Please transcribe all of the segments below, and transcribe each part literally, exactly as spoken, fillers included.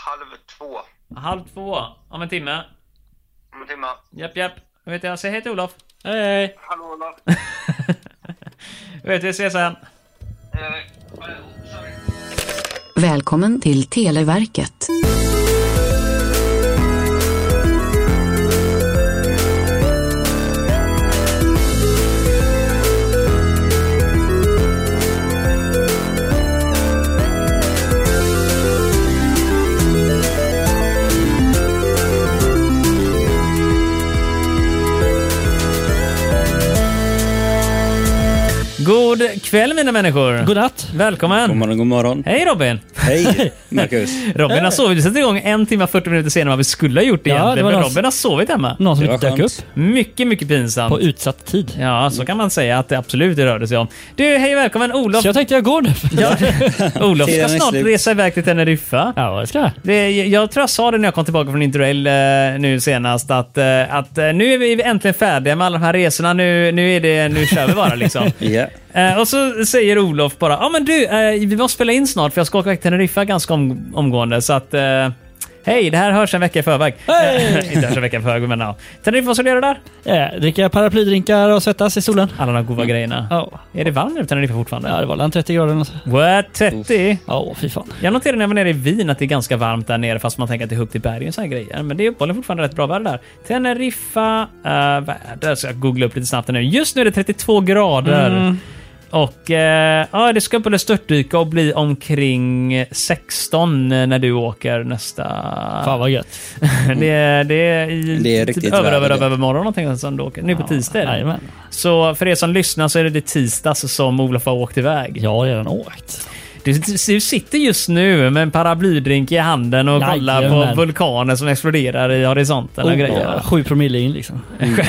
halv två. Halv två, om en timme. Om en timme. Japp, japp. Jag vet jag, säg hej till Olof. Hej, hej. Hallå, Olof. Vet vi ses sen. Eh, sorry. Välkommen till Televerket. God kväll mina människor. God natt. Välkommen. God morgon, god morgon. Hej Robin. Hej, Marcus. Robin har sovit. Vi sätter igång en timme fyrtio minuter senare än vad vi skulle ha gjort Ja, egentligen. det var Men någon- Robin har sovit hemma. Någon som Det inte var dök upp skönt. Mycket, mycket pinsamt. på utsatt tid. Ja, så kan man säga att det absolut rörde sig om. Du, hej och välkommen Olof. Så jag tänkte jag går nu. Ja. Olof ska Tiden är snart slut. resa iväg till Teneriffa. Ja, det ska jag. Det, jag tror jag sa det när jag kom tillbaka från Interrail eh, nu senast att, eh, att eh, nu är vi äntligen färdiga med alla de här resorna. Nu, nu, är det, nu kör vi bara liksom. Ja. Eh, och så säger Olof bara, ja ah, men du, eh, vi måste spela in snart för jag ska åka iväg till Teneriffa ganska om, omgående. Så att, eh, hej, det här hörs en vecka i förväg. Hej! Eh, inte hörs en vecka i förväg, men ja. Teneriffa, vad ska du göra där? Ja, dricka paraplydrinkar och svettas i solen. Alla de goda grejerna. Ja, Är det varmt nu på Teneriffa fortfarande? ja det var väl trettio grader. eller något. What? trettio? Ja, fy fan. Jag noterade när jag var nere i Wien att det är ganska varmt där nere fast man tänker att det är högt i bergen och så här grejer. Men det är uppehålligen fortfarande rätt bra väder där. Teneriffa, uh, väder ska jag googla upp lite snabbt nu. Just nu är det trettiotvå grader. Mm. Och eh, ja, det ska uppehålla störtdyka och bli omkring sexton när du åker nästa... Fan vad gött. det, är, det är i Det är riktigt typ över, över, väder, över, det. över morgon någonting som du åker. Nu på tisdag är det. Jajamän. Så för er som lyssnar så är det det tisdags som Olof har åkt iväg. Jag har redan åkt. Du, du sitter just nu med en paraplydrink i handen och kollar Jajamän. på vulkaner som exploderar i horisonten och Oh, grejer. ja, sju promille in liksom.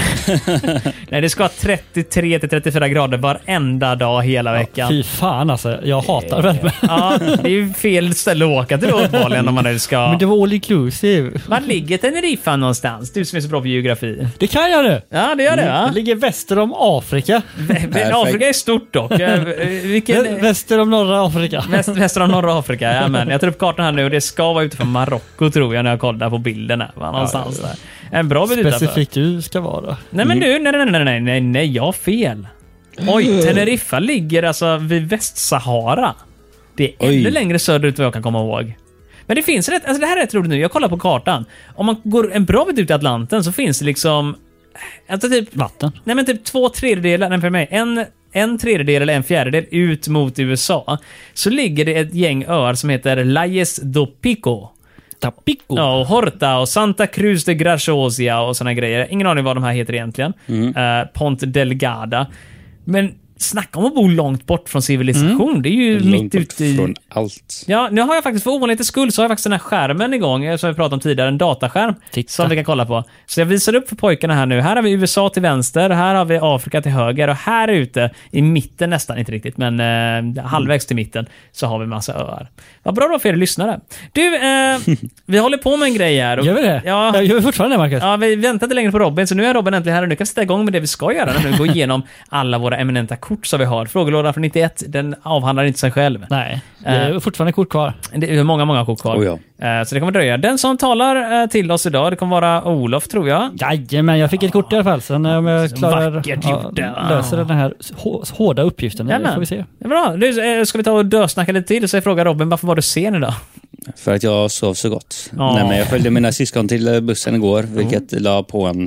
Nej, det ska vara trettiotre till trettiofyra grader varenda dag hela veckan. Fy fan alltså. Jag hatar värme. Ja, det är ju fel ställe att åka till då uppenbarligen om man nu ska... Men det var all inclusive. Var ligger Teneriffa någonstans? Du som är så bra på geografi. Det kan jag nu. Ja, det gör det, va? Det ligger väster om Afrika. Men Afrika är stort dock. Eh, Vilken... Vä- Väster om norra Afrika. Väst, väster om norra Afrika, ja, men jag tar upp kartan här nu och det ska vara utifrån Marocko tror jag när jag kollar på bilden här, va? Någonstans där. En bra bit utanför. Specifikt du ska vara. Nej men du, nej nej nej nej nej nej, jag har fel. Oj, Teneriffa ligger alltså vid Västsahara. Det är ännu Oj. längre söderut vad jag kan komma ihåg. Men det finns rätt, alltså det här är rätt roligt nu. Jag kollar på kartan. Om man går en bra bit ut i Atlanten så finns det liksom alltså typ Vatten. nej men typ två tredjedelar, nej för mig, en en tredjedel eller en fjärdedel ut mot U S A. Så ligger det ett gäng öar som heter Layes do Pico. Tapico. Ja, och Horta och Santa Cruz de Grachosia och såna grejer. Ingen aning vad de här heter egentligen. Mm. Uh, Ponte Delgada. Men snacka om att bo långt bort från civilisation. Mm. Det är ju Långt mitt bort ute i... från allt. Ja, nu har jag faktiskt för ovanlighetens skull så har jag faktiskt den här skärmen igång som vi pratade om tidigare, en dataskärm Titta. som vi kan kolla på. Så jag visar upp för pojkarna här nu. Här har vi U S A till vänster, här har vi Afrika till höger och här ute i mitten nästan, inte riktigt, men eh, halvvägs till mitten så har vi massa öar. Vad bra då för er lyssnare. Du, eh, vi håller på med en grej här. Och, Gör vi det? Ja. Jag gör fortfarande det, Marcus. Ja, vi väntar inte längre på Robin, så nu är Robin äntligen här och nu kan vi sätta igång med det vi ska göra. Nu gå igenom alla våra eminenta kort som vi har. Frågelådan från nittioett, den avhandlar inte sig själv. Nej, det är fortfarande kort kvar. Det är många, många kort kvar. Oh ja. Eh, Så det kommer dröja. Den som talar eh, till oss idag, det kommer vara Olof, tror jag. Jajamän, jag fick ett kort i alla fall. Sen om jag klarar, vackert gjort det, va? löser den här hå- hårda uppgiften. Det Jajamän. får vi se. Det är bra. Du, eh, ska vi ta och dösnacka lite till? Så jag frågar Robin, varför var du sen idag? För att jag sov så gott. Ja. Nej, men jag följde mina syskon till eh, bussen igår, vilket la på en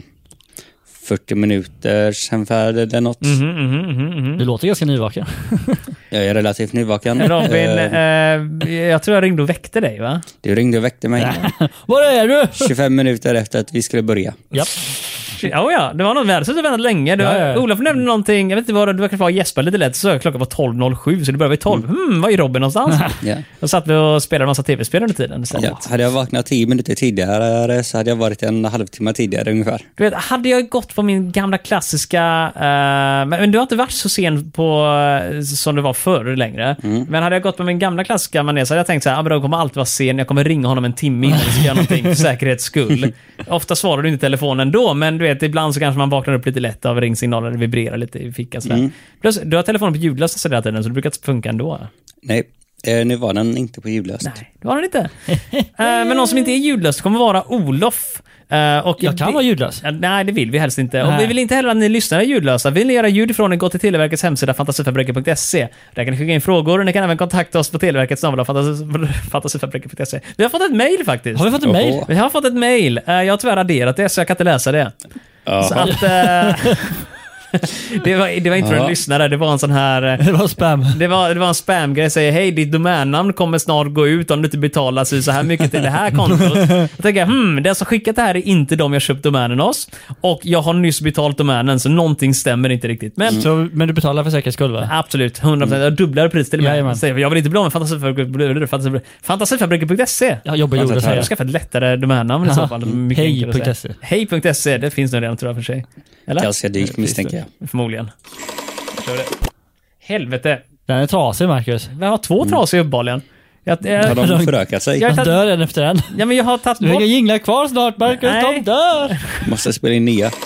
fyrtio minuter sen färd eller något. Mhm, mhm, mhm, mhm. Du låter ganska nyvaken. Jag är relativt nyvaken. Robin, Eh, eh, jag tror jag ringde och väckte dig, va? Du ringde och väckte mig Var är du? tjugofem minuter efter att vi skulle börja. Ja. Ja, ja, det var något värde. Så du väntat länge. Du, Ja, ja. Olof nämnde någonting, jag vet inte vad, du verkar få gäspa lite lätt, så klockan var tolv noll sju, så det började vid tolv. Hmm, var är Robin någonstans? Ja. Då satt vi och spelade en massa tv-spel under tiden istället. Ja. Hade jag vaknat tio minuter tidigare så hade jag varit en halvtimme tidigare ungefär. Du vet, hade jag gått på min gamla klassiska... Uh, men, men du har inte varit så sen på uh, som du var förr längre. Mm. Men hade jag gått på min gamla klassiska manér så hade jag tänkt så här, ah, men jag kommer alltid vara sen, jag kommer ringa honom en timme innan vi ska göra någonting för säkerhets skull. Ofta svarar du inte telefonen då, men du vet, ibland så kanske man vaknar upp lite lätt av ringsignaler, det vibrerar lite i fickan. Mm. Plus, du har telefonen på ljudlös hela tiden, så det brukar funka ändå. Nej, Eh, nu var den inte på ljudlöst. Nej, det var den inte. uh, men någon som inte är ljudlöst kommer vara Olof. Uh, och Jag kan vi, vara ljudlös. Uh, nej, det vill vi helst inte. Nej. Och vi vill inte heller att ni lyssnar är ljudlösa. Vill ni göra ljud ifrån er, gå till Televerkets hemsida fantasifabriken punkt se. Där kan ni skicka in frågor och ni kan även kontakta oss på Televerkets snabel-a fantasifabriken punkt se. Vi har fått ett mejl faktiskt. Har vi fått en mejl? Vi har fått ett mejl. Uh, jag har tyvärr raderat det, så jag kan inte läsa det. Ja. Så att... Uh, det, var, det var inte för en lyssnare, det var en sån här... Det var spam. Det var, det var en spamgrej, säger hej, ditt domännamn kommer snart gå ut om du inte betalar sig så här mycket till det här kontot. Jag tänker, hmm, den som skickat det här är inte de jag köpt domänen hos. Och jag har nyss betalt domänen, så någonting stämmer inte riktigt. Men, Mm. Så, men du betalar för säkerhets skull, va? absolut, hundra procent. Jag dubblar pris till och med. Jajamän. Säger, jag vill inte bli av med fantasifabriken. Fantasifabriken punkt se. Jag jobbar gjorde Jag säga. ska skaffa ett lättare domännamn i så fall. Mycket Hej enklare att punkt säga. se. Hej punkt se, det finns nog redan tror jag för sig. Eller? Ganska dyrt misstänker jag. Förmodligen. Jag kör det. Helvete. Den är trasig, Marcus. Vi har två trasiga uppenbarligen. Jag, jag, Har de förökat sig? Jag- De dör en efter en. ja, men jag har tagit Du har bort... inga jinglar kvar snart, Marcus. Nej. De dör! Måste spela in nya.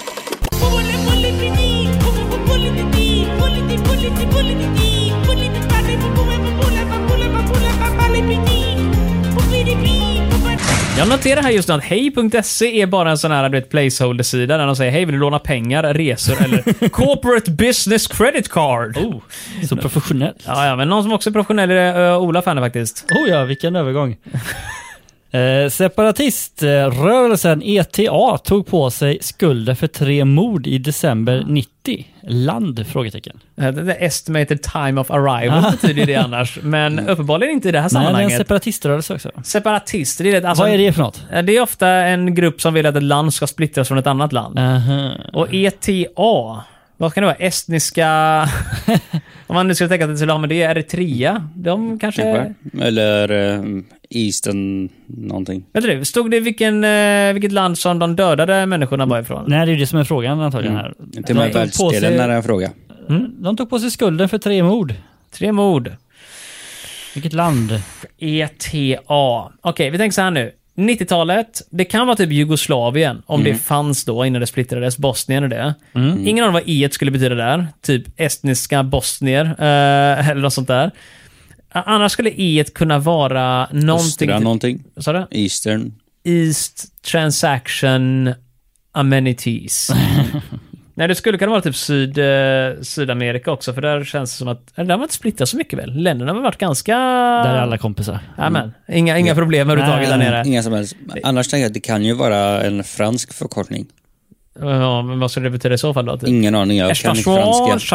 Jag noterar här just nu att hej punkt se är bara en sån här, du vet, placeholder-sida där de säger hej, vill du låna pengar, resor eller corporate business credit card. Oh. Så professionellt. Ja, ja, men någon som också är professionell är uh, Ola Fanny faktiskt. Oh ja, vilken övergång. Eh, separatiströrelsen E T A tog på sig skulder för tre mord i december nittio. Land? Frågetecken. Uh, Det är estimated time of arrival betyder det annars. Men uppenbarligen inte i det här Nej, det är en sammanhanget. separatiströrelse också. Separatister, det är, alltså, Vad är det för något? det är ofta en grupp som vill att ett land ska splittras från ett annat land. Aha. Och E T A, vad kan det vara? Estniska... Om man nu skulle tänka att det skulle ha med det, Eritrea. De kanske... Kanske. Eller eh, Eastern någonting. Vet du, stod det vilken, eh, vilket land som de dödade människorna var ifrån? Nej, det är ju det som är frågan antagligen här. Till och med De tog på världsdelen sig- är en fråga. De tog på sig skulden för tre mord. Tre mord. Vilket land? E T A. Okej, vi tänker så här nu. nittiotalet, det kan vara typ Jugoslavien, om det fanns då innan det splittrades, Bosnien och det. Ingen aning vad E skulle betyda där. Typ estniska bosnier, eh, eller något sånt där. Annars skulle E kunna vara någonting... Östra någonting. Vad sa du? Eastern. East Transaction Amenities. Nej, det skulle kunna vara typ Syd, eh, Sydamerika också, för där känns det som att... Eller där har man inte splittrat så mycket väl. Länderna har varit ganska... Där är alla kompisar. Amen. Inga, inga problem överhuvudtaget där nere. Inga som helst. Annars tänker jag att det kan ju vara en fransk förkortning. Ja, men vad skulle det betyda i så fall då? Typ? Ingen aning, jag kan inte franska.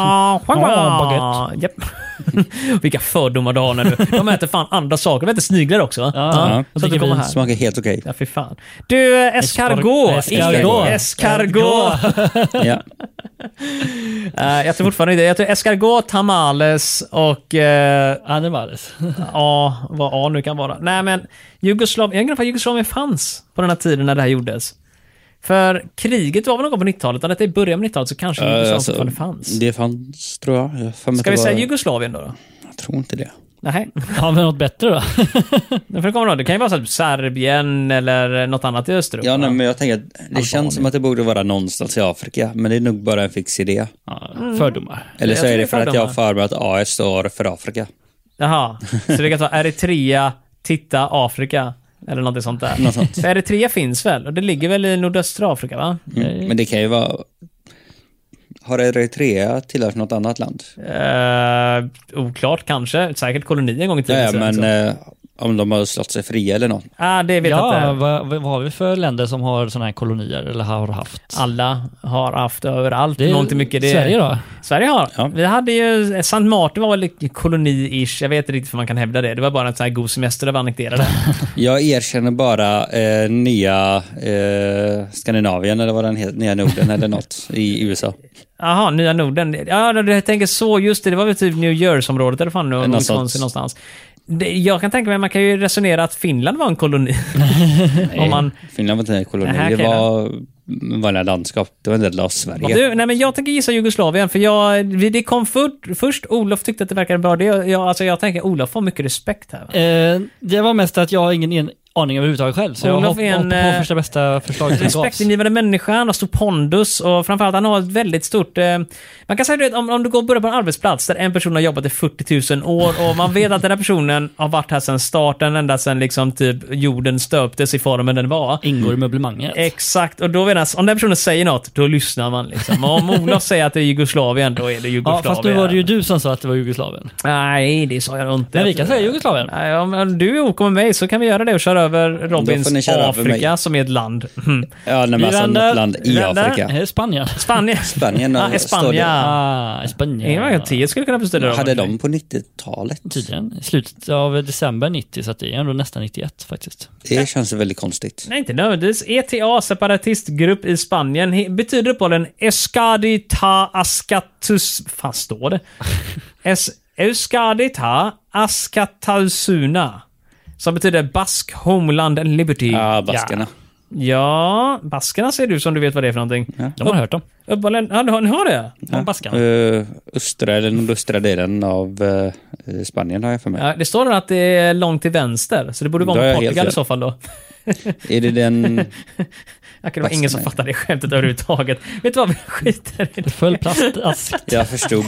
Japp. Vilka fördomar du har när du... De äter fan andra saker. De äter sniglar också. Ja, Så att du kommer här. Smakar helt okej. Ja, fy fan. Du, eh, escargot. Escargot. Escargot. Ja. Uh, jag tror fortfarande inte. Jag tror escargot, tamales och... Uh, Animales. ja, vad A nu kan vara. Nej, men Jugoslavien... Jag undrar vad Jugoslavien fanns på den här tiden när det här gjordes. För kriget var väl någon gång på nittiotalet, och detta i början på nittiotalet så kanske Uh, Jugoslavien alltså, fortfarande fanns. det fanns, tror jag. jag fan Ska vi inte säga vad- Jugoslavien då? då? Jag tror inte det. Nej. Har vi något bättre då? För det, kommer det kan ju vara så att Serbien eller något annat i Östeuropa. Ja, nej, men jag tänker att det känns som att det borde vara någonstans i Afrika, men det är nog bara en fix idé. Ja, fördomar. Eller så Jag är tror det det för är att jag har fördomar. för mig att A S står för Afrika. Jaha, så det kan vara Eritrea, titta Afrika eller något sånt där. Något sånt. För Eritrea finns väl? Och det ligger väl i nordöstra Afrika, va? Mm. Men det kan ju vara... Har Eritrea tillhört något annat land? Uh, oklart kanske. Säkert koloni en gång i Ja, tiden. ja, så men liksom. eh, om de har slått sig fria eller något. Ah, det vet jag Ja, inte. vad, vad har vi för länder som har sådana här kolonier eller har haft? Alla har haft överallt. Det är Mångt och mycket. Det Sverige då? Sverige har. Ja. Vi hade ju... Sankt Martin var väl koloni-ish. Jag vet inte riktigt hur man kan hävda det. Det var bara en sån här god semester där vi annekterade. Jag erkänner bara eh, nya eh, Skandinavien, eller vad den heter, nya Norden eller något i U S A. Jaha, nya Norden. Ja, du tänker så. Just det, det var väl typ New Jersey-området eller fan nu, Något någonstans, sånt. någonstans. Det, jag kan tänka mig, man kan ju resonera att Finland var en koloni. Om man... Finland var inte en koloni, Nähä, det okej var vanliga landskap. Det var en del av Sverige. Du, nej, men jag tänker gissa Jugoslavien, för jag, vi- det kom för, först, Olof tyckte att det verkade bra. Det, jag, alltså jag tänker, Olof får mycket respekt här. Va? Eh, det var mest att jag har ingen en, aning överhuvudtaget själv. Så jag Olof hoppar är en, hoppar på första bästa förslag som gavs. respektingivande människa, han har stor pondus och framförallt han har ett väldigt stort... Eh, man kan säga att om, om du går och börjar på en arbetsplats där en person har jobbat i fyrtio tusen år och man vet att den här personen har varit här sedan starten, ända sedan liksom typ jorden stöptes i formen den var. Ingår i möblemanget. Exakt, och då vet jag, om den personen säger något, då lyssnar man liksom. Och om Olof säger att det är Jugoslavien, då är det Jugoslavien. Ja, fast nu var det ju du som sa att det var Jugoslavien. Nej, det sa jag inte. Men vi kan säga Jugoslavien. Nej, om du är ok med mig så kan vi göra det och köra över Robins köra Afrika som är ett land. Mm. Ja, nej, men alltså något land i vänder. Afrika. Eh, Spanien. Spanien. Spanien. Ah, står Espanja. Ah, Spanien. Ingen T skulle kunna beställa det. dem. Hade de på nittiotalet? Tydligen. I slutet av december nittio, så att det är ändå nästan nittioett faktiskt. Det känns väldigt konstigt. Nej, inte nödvändigtvis. E T A, separatistgrupp i Spanien, he- betyder på den Euskadi ta Askatus... Fan, står det? Es- Euskadi ta Askatausuna. Som betyder Bask, Homeland and Liberty. Ja, baskerna. Ja, baskerna ser du som du vet vad det är för någonting. Ja. De har hört dem. Uppalen, ja, ni har, ni har det? De baskarna. Uh, östra eller nordöstra delen av uh, Spanien har jag för mig. Ja, det står där att det är långt till vänster, så det borde Då är vara jag mot helt Portugal i fel. så fall då. Är det den... Jag kan det var ingen som fattar det skämtet överhuvudtaget. Vet du vad, vi skiter i det. Full plastask. Jag förstod.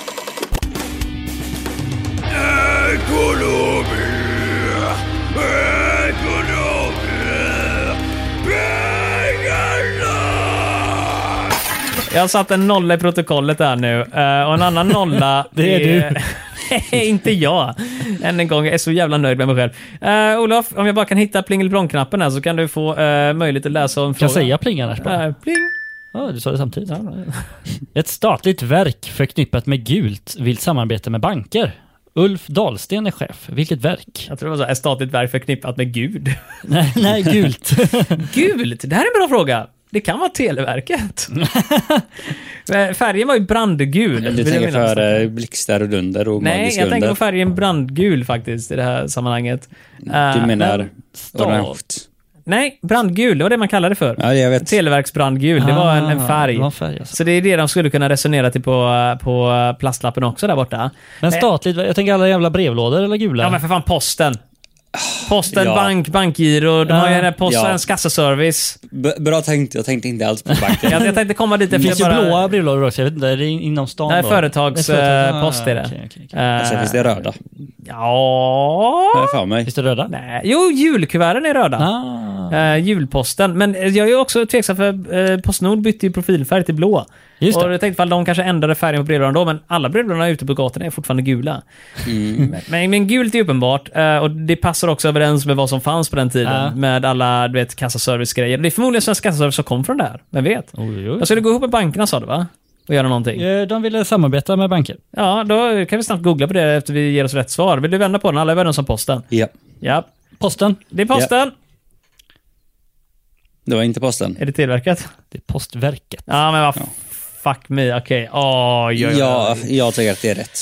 Jag har satt en nolla i protokollet där nu. Uh, och en annan nolla... Det är du. Nej, inte jag. Än en gång, jag är så jävla nöjd med mig själv. Uh, Olof, om jag bara kan hitta plingelblom-knappen här så kan du få uh, möjlighet att läsa om Kan frågan. jag säga pling annars bara? Uh, pling. Ja, du sa det samtidigt. Ett statligt verk förknippat med gult vill samarbeta med banker. Ulf Dahlsten är chef. Vilket verk? Jag tror det var så, ett statligt verk förknippat med Gud. nej, nej, gult. Gult? Det här är en bra fråga. Det kan vara Televerket. Färgen var ju brandgul. Du tänker för uh, blixtar och dunder och Nej, magiska jag tänker under. på färgen brandgul faktiskt i det här sammanhanget. Du Uh, menar men- orange? Nej, brandgul, det var det man kallade det för. Ja, jag vet. Televerksbrandgul, det var en, en Ah, färg. det var en färg alltså. Så det är det de skulle kunna resonera till på, på plastlappen också där borta. Men statligt, jag tänker alla jävla brevlådor eller gula? Ja, men för fan, posten. Posten, Ja. bank, bankgiro, de Ja. har ju den här postens Ja. kassaservice. B- bra tänkt, jag tänkte inte alls på banken. Jag, jag tänkte komma dit Det efter finns ju bara... blåa brevlådor också, jag vet inte, är det inom stan Nej, då? företags, Det är företag- eh, post är det. okej, okej, okej. Och sen finns det röda. Ja... Har jag för mig. Finns det röda? Nej. Jo, julkuverten är röda. Ah, Eh, julposten. Men jag är också tveksam för eh, Postnord bytte ju profilfärg till blå. just Och det. jag tänkte att de kanske ändrade färgen på brevlådan då, men alla brevlådorna ute på gatorna är fortfarande gula. Mm. Men, men gult är uppenbart, eh, och det passar också överens med vad som fanns på den tiden. Ja. Med alla, du vet, kassaservice-grejer. Det är förmodligen Svensk Kassaservice som kom från där. Vem vet? Oj, oj. Jag skulle gå ihop med bankerna, sa du va? Och göra någonting. Eh, De ville samarbeta med banker. Ja, då kan vi snabbt googla på det efter vi ger oss rätt svar. Vill du vända på den? Alla är överens om posten. Ja, Ja, Posten. det är posten. det var inte posten. Är det Televerket? Det är Postverket. Ja, men vad fuck me. Okej. Oj, oj, oj. Ja, jag tycker att det är rätt.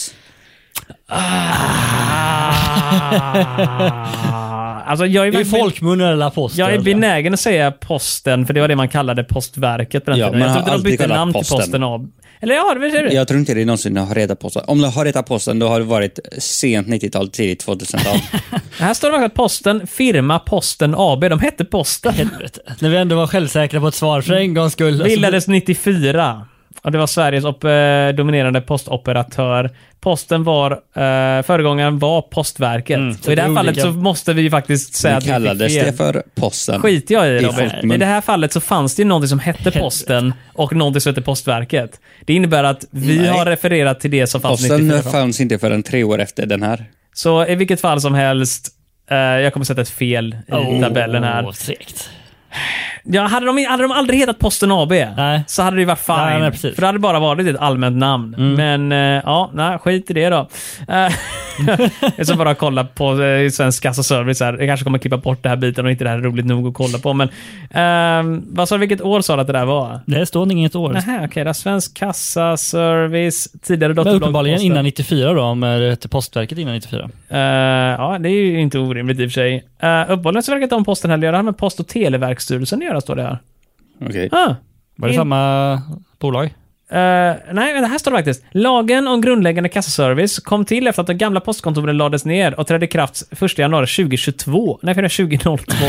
Ah. Alltså, jag är, Det är verkligen- folkmun eller posten. jag är benägen att säga posten, för det var det man kallade Postverket på den Ja, tiden. man Jag har tror inte de alltid bytte kallat namn till Posten. Posten A B. Eller ja, det är det. Jag tror inte det någonsin har reda på posten. Om du har reda på posten, då har det varit sent nittiotal, tidigt tvåtusental. Här står det faktiskt att Posten, firma Posten A B. De hette Posten. Helvete. När vi ändå var självsäkra på ett svar för en gångs skull. Alltså, Bildades nittiofyra. Och det var Sveriges op- eh, dominerande postoperatör. Posten var, eh, föregångaren var Postverket. Mm, så i det här det är fallet olika. så måste vi ju faktiskt säga Men att vi fick kallades fel. det för posten? Skit jag i, I Robin. folkmun. I det här fallet så fanns det ju någonting som hette Posten och någonting som hette Postverket. Det innebär att vi Nej. har refererat till det som fanns Posten nittiofyra. fanns inte förrän tre år efter den här. Så i vilket fall som helst, eh, jag kommer sätta ett fel i Oh, tabellen här. Segt. Ja, hade, de, hade de aldrig hetat Posten A B Nej. så hade det varit fine. Nej, nej, precis. för det hade bara varit ett allmänt namn. Mm. Men eh, ja, nej, skit i det då. Eh, jag ska bara kolla på eh, Svensk Kassaservice här. Jag kanske kommer klippa bort det här biten och inte det här är roligt nog att kolla på. Men eh, vad sa du, vilket år sa du att det där var? Det står inget år. Nähä, okej. Okay, Svensk Kassaservice, tidigare Men dotterbolag uppenbarligen Posten. innan nittiofyra då, om det hette Postverket innan nittiofyra. Eh, ja, det är ju inte orimligt i och för sig. Uh, uppenbarligen så verkar inte om Posten heller göra. Det har med Post- och Televerksstyrelsen att göra, står det här. Okej. Ah, Var det In- samma bolag? nej, men det här står det faktiskt. Lagen om grundläggande kassaservice kom till efter att de gamla postkontoren lades ner och trädde i kraft första januari tjugohundratjugotvå. Nej, för det är tjugohundratvå.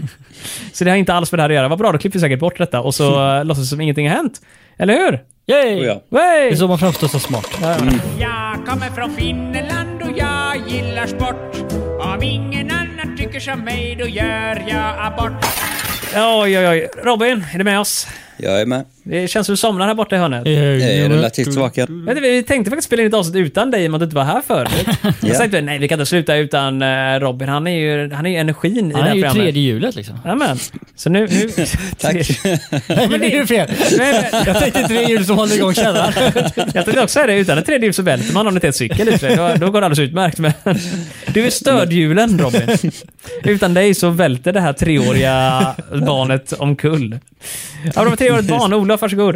Så det har inte alls med det här att göra. Vad bra, då klipper vi säkert bort detta och så uh, låtsas det som ingenting har hänt. Eller hur? Yay! Oh, ja. Det är så man framstår så smart. Mm. Jag kommer från Finland och jag gillar sport. Om ingen annan tycker som mig, då gör jag abort. Oj, oj, oj. Robin, är du med oss? Jag är med. Det känns som du somnar här borta i hörnet. Jag är relativt vaken. Vet du, vi tänkte faktiskt spela in ett avsnitt utan dig, om att du inte var här förut. Jag tänkte, nej, vi kan inte sluta utan uh, Robin. Han är ju, han är ju energin i det här Han är ju programmet. tredje hjulet liksom. Amen. Så nu... nu Tack. Nej, men det är ju fel. Jag tänkte tre hjul som håller igång källan. Jag tänkte också säga det, utan ett tredje hjul så välter man har en till cykel ut. Då, då går det alldeles utmärkt. Men du är stödhjulen, Robin. Utan dig så välter det här treåriga barnet omkull. Ja, det var treårigt barn. Olof, varsågod.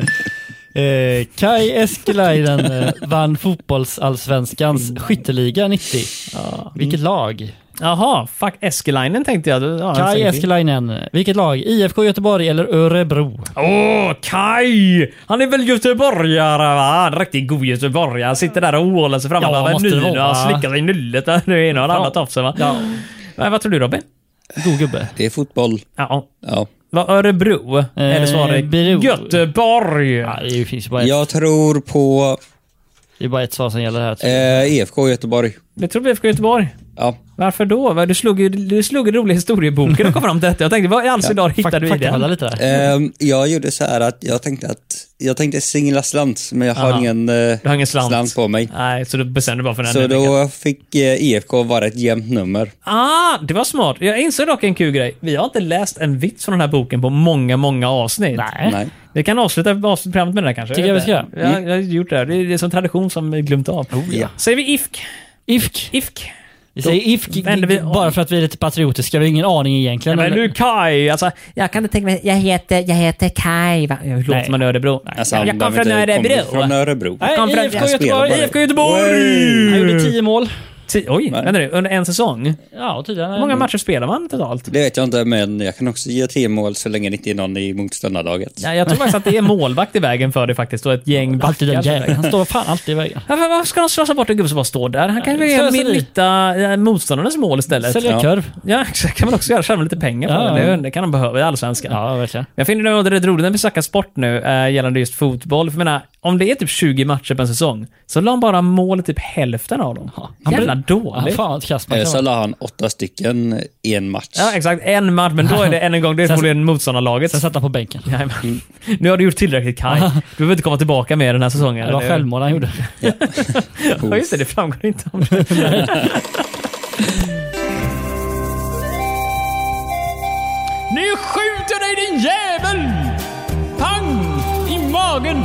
Eh, Kai Eskelainen eh, vann fotbollsallsvenskans skytteliga nittio. Ja. Vilket lag? Jaha, fuck Eskelainen tänkte jag. Ja, Kai jag Eskelainen. Vilket lag? I F K Göteborg eller Örebro? Åh, Kai! Han är väl göteborgare, va? En riktigt god göteborgare. Han sitter där och håller sig framme Ja, med måste det menyn och vara. slickar sig i nyllet. Det är en och Ja. annat tofsen, va? Ja. Ja, vad tror du, Robin? God gubbe. Det är fotboll. Ja. Ja. Vad, Örebro? Eller svarar Bro. Göteborg? Ja, det finns ju bara ett, Jag tror på det är bara ett svar som gäller här. eh, E F K Göteborg. Det tror vi F K Göteborg. Ja. Varför då? Va? Du slog ju du slog en rolig historieboken och kom fram till detta. Jag tänkte, vad i all sin dag hittade du i Fakta den? lite där. Ehm, jag gjorde så här att jag tänkte att jag tänkte singla slant, men jag har Aha. ingen, eh, Du har ingen slant. på mig. Nej, så du bestämde bara för den. Så då fick eh, E F K vara ett jämnt nummer. Ah, det var smart. Jag insåg dock en kul grej. Vi har inte läst en vits från den här boken på många, många avsnitt. Nej. Nej. Vi kan avsluta avsnittsprogrammet med det här kanske. Tycker jag vi ska göra. Ja, jag har gjort det här. Det är, det är som tradition som vi glömt av. ja. Säger vi I F K? I F K. I F K. Vi säger I F K vänder vi om. bara för att vi är lite patriotiska. Vi har ingen aning egentligen. Men eller? nu Kai, alltså, jag kan inte tänka mig, jag heter, jag heter Kai, va? Hur låter Nej. man i Örebro? Alltså, jag han kom från behöver inte Örebro. komma från Örebro. Nej, kom från- I F K jag spelar Göteborg. bara. I F K Göteborg! Han gjorde tio mål. Ti- Oj, Nej. vänta nu, under en säsong? Ja, tydligen. Hur många matcher spelar man totalt? Det vet jag inte, men jag kan också ge tre mål så länge det inte är någon i motståndarlaget. Ja, jag tror faktiskt att det är målvakt i vägen för det faktiskt, och ett gäng Alltid den backar. jäveln. Han står fan alltid i vägen. Ja, varför ska de slåsa bort en gubbe som bara står där? Han kan ju Ja, ja, slösa i. nytta äh, motståndarnas mål istället. Sälja Ja. korv. Ja, exakt. Kan man också göra. Tjäna lite pengar på Ja, det. ja. Det kan de behöva i allsvenskan. Ja, verkligen. Jag finner det rätt roligt när vi snackar sport nu äh, gällande just fotboll. För jag menar, om det är typ tjugo matcher på en säsong så la han bara mål typ hälften av dem. Han Jävla blir- dåligt. Ja, fan vad kast man Eh, kan Så vara. la han åtta stycken i en match. Ja, exakt. En match, men då är det än en gång, det är Sen- förmodligen motståndarlaget. Sen satt han på bänken. Jajamän. Nu har du gjort tillräckligt, Kai. Du behöver inte komma tillbaka med den här säsongen. Det var självmål han gjorde. Ja, just det. Det framgår inte om det. Nu skjuter dig din jävel! Pang! I magen!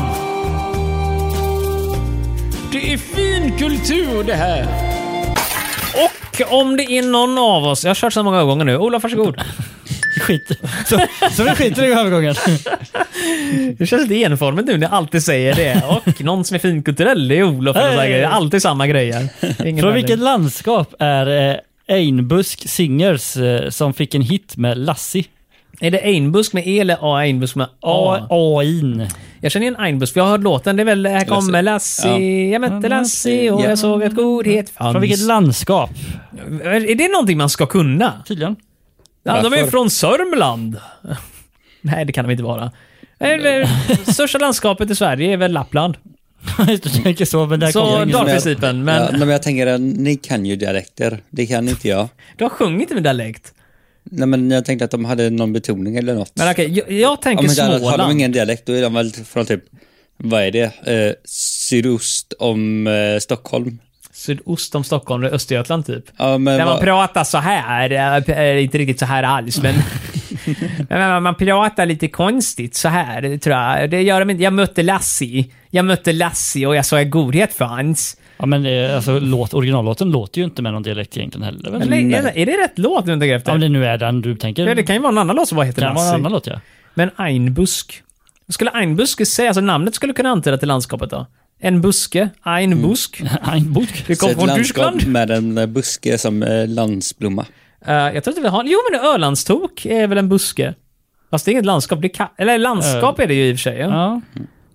Det är fin kultur det här. Och om det är någon av oss, jag har kört så många gånger nu. Olof, varsågod. Skit. Så, så vi skiter i övergången. Det känns lite enformigt nu när jag alltid säger det. Och någon som är finkulturell, det är Olof. Hey. Det är alltid samma grejer. Ingen Från vilket landskap är eh, Einbusk Singers eh, som fick en hit med Lassie? Är det Einbusk med E eller A? Einbusk med A? A- Ain. Jag känner igen Einbusk, för jag har hört låten. Det är väl Här kommer Lassie, jag mötte Lassie och Ja. jag såg att godhet fanns. Från vilket landskap? Är det någonting man ska kunna? Tydligen. Ja, de är ju Varför? från Sörmland. Nej, det kan de inte vara. Eh, Största landskapet i Sverige är väl Lappland. Just det, jag tänker så, men där Så kommer ingen... dartprincipen, men Ja, men jag tänker att ni kan ju dialekter. Det kan inte jag. du har sjungit med dialekt. Nej, men jag tänkte att de hade någon betoning eller något. Men okej, jag, jag Om tänker inte annat har de Småland. ingen dialekt, då är de väl från typ, vad är det? Eh, sydost om eh, Stockholm. Sydost om Stockholm, det är Östergötland typ. Ja, men Där man vad- pratar så här, äh, inte riktigt så här alls, men men man pratar lite konstigt så här, tror jag. Det gör de inte. Jag mötte Lassie. Jag mötte Lassie och jag sa att godhet fanns. Ja, men eh, alltså, låt, originallåten låter ju inte med någon dialekt egentligen heller. Väl? Eller, är, är det rätt låt nu inte Ja, efter? men det nu är den du tänker. Ja, det kan ju vara en annan låt som bara heter kan vara en Lassie. annan låt, ja. Men Einbusk. Vad skulle Einbusk säga? Alltså namnet skulle kunna antyda till landskapet då. En buske. Einbusk. Einbusk. Det Så kom ett från landskap Tyskland. med en eh, buske som eh, landsblomma. Uh, jag tror inte vi har... Jo, men Ölandstok är väl en buske. Fast det är inget landskap. Det är ka- Eller landskap är det ju i och för sig. Ja. Ja.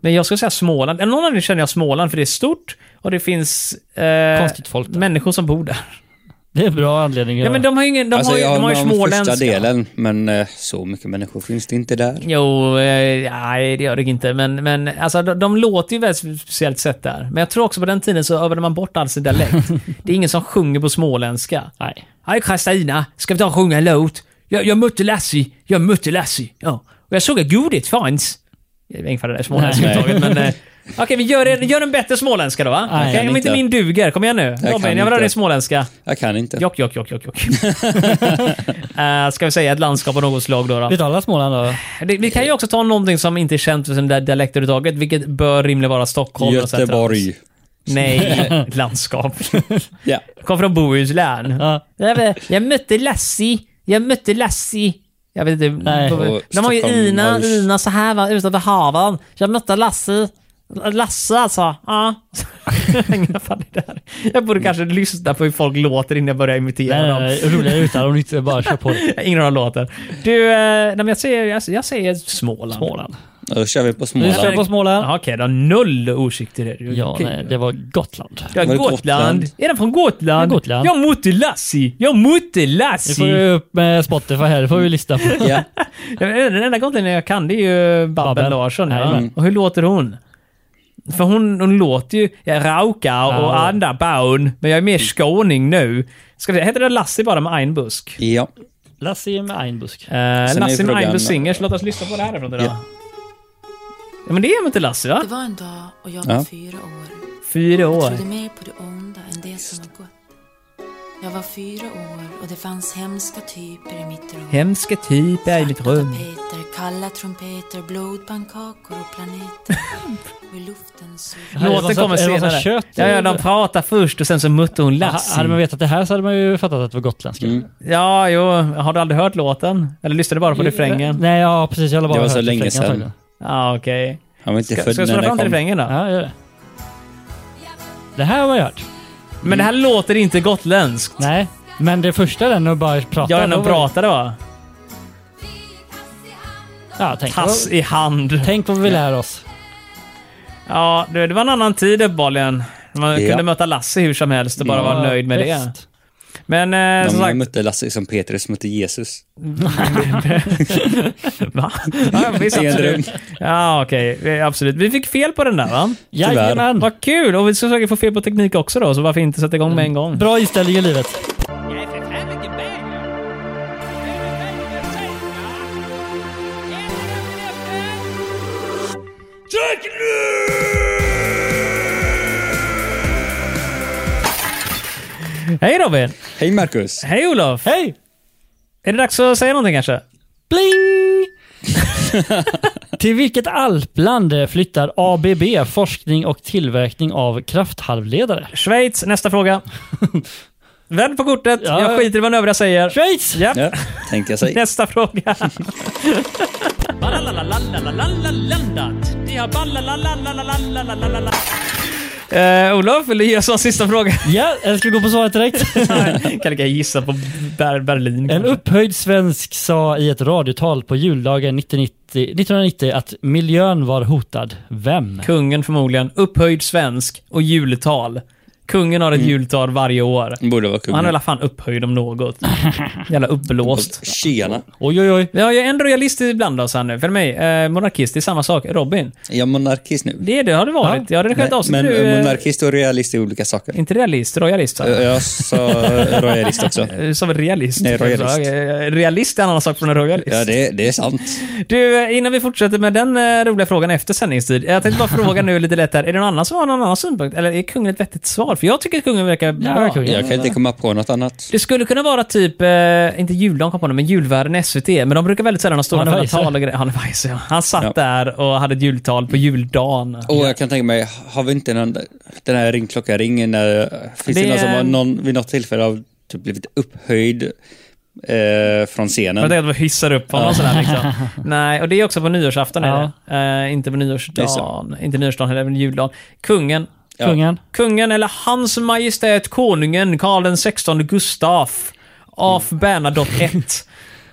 Men jag ska säga Småland. Eller någon av er känner jag Småland för det är stort och det finns eh, Konstigt folk där. människor som bor där. Det är en bra anledning. Ja, men de har ju ingen, de Alltså har ju, jag de har ju har den småländska. första delen, men eh, så mycket människor finns det inte där. Jo, eh, nej det gör det inte. Men, men alltså, de, de låter ju väldigt speciellt sätt där. Men jag tror också på den tiden så övade man bort all sin dialekt. Det är ingen som sjunger på småländska. Nej. Hej Kristina, ska vi ta och sjunga en låt? Jag, jag mötte Lassie, jag mötte Lassie. Ja. Och jag såg att godit fanns. Jag vet inte vad det där småländska Nej. uttaget, men... Eh, Okej, okay, vi gör, en, gör en bättre småländska då, va? Nej, Okay, om inte inte. min duger, kom igen nu. Robin, jag vill ha inte. din småländska. Jag kan inte. Jock, jock, jock, jock, jock. uh, ska vi säga ett landskap av något slag då? då? Vi talar Småland då. Det, vi kan ju också ta någonting som inte är känt för sin där dialekt överhuvudtaget, vilket bör rimligen vara Stockholm. Göteborg. Och nej, landskap. Ja. Kom från Bohuslän. Ja. Jag, jag mötte Lassie. Jag mötte Lassie. Jag vet inte. Nej. De har ju Stockholm Ina, har ju- Ina så här va, utanför haven. Jag mötte Lassie. Lasse alltså. Ja. Ingen fan det där. Jag borde kanske lyssna på hur folk låter innan jag börjar imitera Nej, dem. nej, nej, roliga utan om du inte bara kör på det. Ingen av dem låter. Du, eh, nej, men jag säger, jag, jag säger Småland. Småland. Då kör vi på Nu Småland. kör vi på Småland. Ja, okej, då noll åsikt till det. Ja, Okej. nej, det var Gotland. Ja, Var det Gotland. Gotland? Är den från Gotland? Ja, Gotland. Jag mötte Lassie. Jag mötte Nu får Lassie. vi upp med Spotify här, det får vi lyssna på. Ja. Den enda gotlänningen jag kan, det är ju Babben Babben. Larsson. Ja. Jajamän. Och hur låter hon? För hon, hon låter ju jag rauka och Ja. andra baun, men jag är mer skåning nu. Ska vi, heter det Lassie bara med Einbusk? Ja. Lassie med Einbusk. Uh, är Lassie med frågan- Einbusk Singers. Låt oss lyssna på det här ifrån idag. Ja. Ja, men det är väl inte Lassie, va? Det var en dag och jag var Ja. fyra år. Fyra Jag år. trodde mer på det onda än det som var gott. Jag var fyra år och det fanns hemska typer i mitt rum. Hemska typer i mitt Svarta rum. tapeter, kalla trumpeter, blodpannkakor och planeter. Och i luften så... Här är det Låten massa- kommer är det massa senare. kött? Ja, ja, de pratar först och sen så mötte hon Ha- Lassie. Hade man vetat det här så hade man ju fattat att det var gotländska. Mm. Ja, jo. Har du aldrig hört låten? Eller lyssnade du bara på refrängen? Nej, ja precis. Jag har bara Det var så hört länge refrängen sedan. antagligen. Ja, okej. Han var inte Ska, född ska jag när spela den fram till kom. refrängen då? Ja, gör det. Det här har jag hört. Men det här låter inte gotländskt. Nej, men det första den och bara prata. Ja, den då de var- pratade va? Ja, tänk Tass vad, i hand. tänk vad vi lär oss. Ja, det, det var en annan tid uppenbarligen. Man Ja. kunde möta Lasse hur som helst och bara Ja, vara nöjd med det. bäst. Men eh, som De sagt... mötte Lasse som Petrus mötte Jesus. Va? Ja, visst, I en dröm. absolut. Ja, okej. Eh, Absolut. Vi fick fel på den där va? Jajamän. Vad kul! Och vi ska säkert få fel på teknik också då, så varför inte sätta igång med en gång? Bra inställning i livet. Jag är förfärligt bäg. Hej Robin! Hej Marcus! Hej Olof! Hej! Är det dags att säga någonting kanske? Bling! Till vilket alpland flyttar A B B forskning och tillverkning av krafthalvledare? Schweiz, nästa fråga. Vänd på kortet. Ja. Jag skiter i vad övriga säger. Schweiz! Ja. Ja, tänkte jag säga. Nästa fråga. Balalalalalalalalalandat. De har balalalalalalalalalalala. Eh, Olof, vill du ge oss en sista fråga? Ja, jag ska gå på svaret direkt. Kan lika gissa på Ber- Berlin. En kanske. upphöjd svensk sa i ett radiotal på juldagen nittonhundranittio, nittonhundranittio att miljön var hotad. Vem? Kungen förmodligen. Upphöjd svensk och jultal. Kungen har ett jultal varje år. Borde vara Och han är kungen. väl fan upphöjd om något. Jävla uppblåst. Tjena. Oj, oj, oj. Vi har ju en royalist ibland oss här nu. För mig, eh, monarkist, det är samma sak. Robin. Är jag monarkist nu? Det, det har det varit. Jag har redigerat Nej, avsnitt men nu. eh, monarkist och realist är olika saker. Inte realist, royalist. sa jag. Jag sa royalist också. Eh, Som realist. Nej, royalist. Eh, Realist är en annan sak från en royalist. Ja, det, det är sant. Du, eh, innan vi fortsätter med den eh, roliga frågan efter sändningstid. Jag tänkte bara fråga nu lite lätt här. Är det någon annan som har någon annan synpunkt? Eller är kungen ett vettigt svar? För jag tycker att kungen verkar bra. kungen. Jag kan inte komma på något annat. Det skulle kunna vara typ, eh, inte juldagen kom på det, men julvärden S V T. Men de brukar väldigt sällan ha stora Hanne Weise. tal och grejer. Hanne Weise, ja. Han satt Ja. där och hade ett jultal på juldagen. Och jag kan tänka mig, har vi inte någon, den här ringklocka-ringen, när, finns det, Det någon som är- har någon, vid något tillfälle har typ blivit upphöjd eh, från Jag scenen? tänkte att vi hissar upp honom sådär liksom. Nej, och det är också på nyårsafton Ja. är det. Eh, inte på Det är nyårsdagen. Inte nyårsdagen, eller på juldagen. Kungen. Ja. Kungen. Kungen eller Hans Majestät Konungen Karl den sextonde Gustaf af Bernadotte ett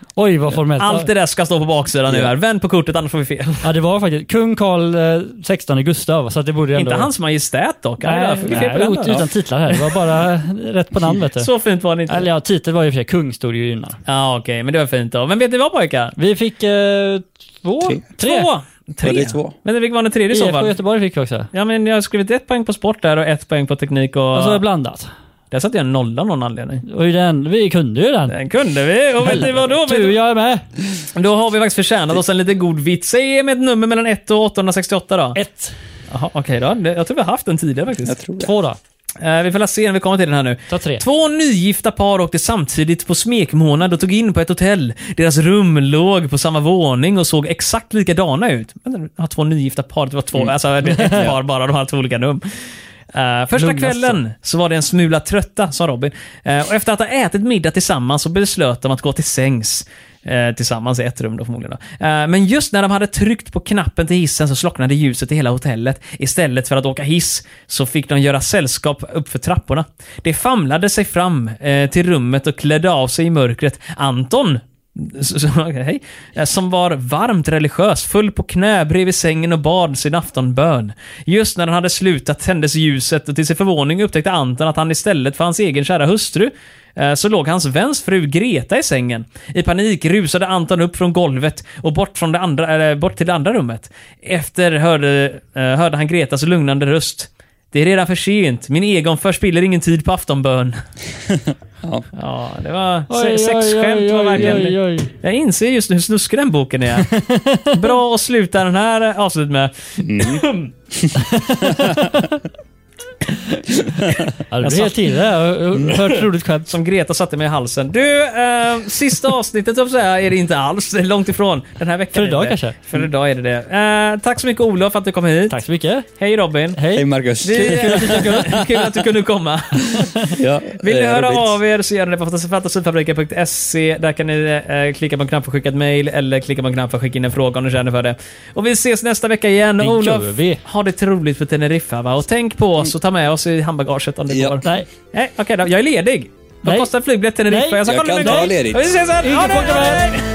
Oj, vad formellt. Allt det där ska stå på baksidan nu här. Vänd på kortet, annars får vi fel. Ja, det var faktiskt kung Karl sexton Gustav, så att det borde ändå... Inte hans majestät dock. Nej, Nej, nej, fel på den ut, då. utan titlar här. Det var bara rätt på namn, vet du. Så fint var det inte. Eller ja, titel var ju för sig. Kung stod ju innan. Ja, okej. Okay, men det var fint då. Men vet ni vad, pojkar? Vi fick eh, två? Tre. Tre. Två. Tre. Ja, det är två. Men det fick vara den tredje i så I F K fall. Göteborg fick vi också. Ja, men jag har skrivit ett poäng på sport där och ett poäng på teknik och... Och så är det blandat. Där satte jag en nolla av någon anledning. Och den, vi kunde ju den. Den kunde vi. Och vet ni vad då? Du, jag är med. Då har vi faktiskt förtjänat oss en lite god vits. Säg med ett nummer mellan ett och åttahundrasextioåtta då. Ett. Jaha, okej då. Jag tror vi har haft den tidigare faktiskt. Jag tror det. Två då. Eh, vi får se när vi kommer till den här nu. Ta tre. Två nygifta par åkte samtidigt på smekmånad och tog in på ett hotell. Deras rum låg på samma våning och såg exakt likadana ut. Men jag har två nygifta par, det var två, Mm. alltså det är ett par bara, de har två olika rum. Uh, första Lugna kvällen så var det en smula trötta, sa Robin. Uh, och efter att ha ätit middag tillsammans så beslöt de att gå till sängs. Uh, tillsammans i ett rum då förmodligen. Då. Uh, men just när de hade tryckt på knappen till hissen så slocknade ljuset i hela hotellet. Istället för att åka hiss så fick de göra sällskap upp för trapporna. De famlade sig fram uh, till rummet och klädde av sig i mörkret. Anton, Så, så, hej. som var varmt religiös, full på knä bredvid sängen och bad sin aftonbön. Just när han hade slutat tändes ljuset och till sin förvåning upptäckte Anton att han istället för hans egen kära hustru eh, så låg hans väns fru Greta i sängen. I panik rusade Anton upp från golvet och bort, från det andra, eller, bort till det andra rummet. Efter hörde, eh, hörde han Gretas lugnande röst. Det är redan för sent. Min Egon förspiller ingen tid på aftonbön. Ja. Ja, det var Oj, sexskämt oj, var oj, verkligen. oj, oj. Jag inser just nu hur snuskig den boken är. Bra att sluta den här avsnittet med. Mm. Ja, det blir helt till det. Jag har hört roligt skämt. Som Greta satte mig i halsen. Du, eh, sista avsnittet så att säga, är det inte alls. Det är långt ifrån. Den här veckan För idag är det. kanske. För idag är det det. Eh, tack så mycket Olof för att du kom hit. Tack så mycket. Hej Robin. Hej Hej. Marcus. Vi, eh, kul att du kunde komma. Ja, Vill ni eh, höra roligt. av er så gör ni det på fantasifabriken punkt se. Där kan ni eh, klicka på en knapp för att skicka ett mail eller klicka på en knapp för att skicka in en fråga om ni känner för det. Och vi ses nästa vecka igen. Det Olof, gör vi. ha det roligt på Teneriffa, va? Och tänk på oss och ta med oss i handbagaget om det Ja. går. Nej. Nej, okej då. Jag är ledig. Vad Nej. kostar flygbiljett till Teneriffa? Nej. ska Jag kolla kan med ta dig. ledigt. Vi ses sen. Ingen Ha det, fråga ha det. med.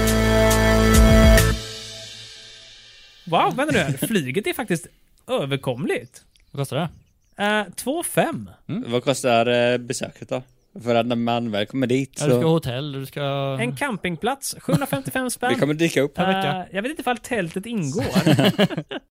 Wow, vänta nu här. Flyget är faktiskt överkomligt. Vad kostar det? Uh, två fem. Mm. Vad kostar eh, besöket då? För att när man väl kommer dit Ja, du ska ha så... hotell, du ska... En campingplats, sjuhundrafemtiofem spänn. Vi kommer dyka upp. Per vecka. Eh, jag vet inte ifall tältet ingår.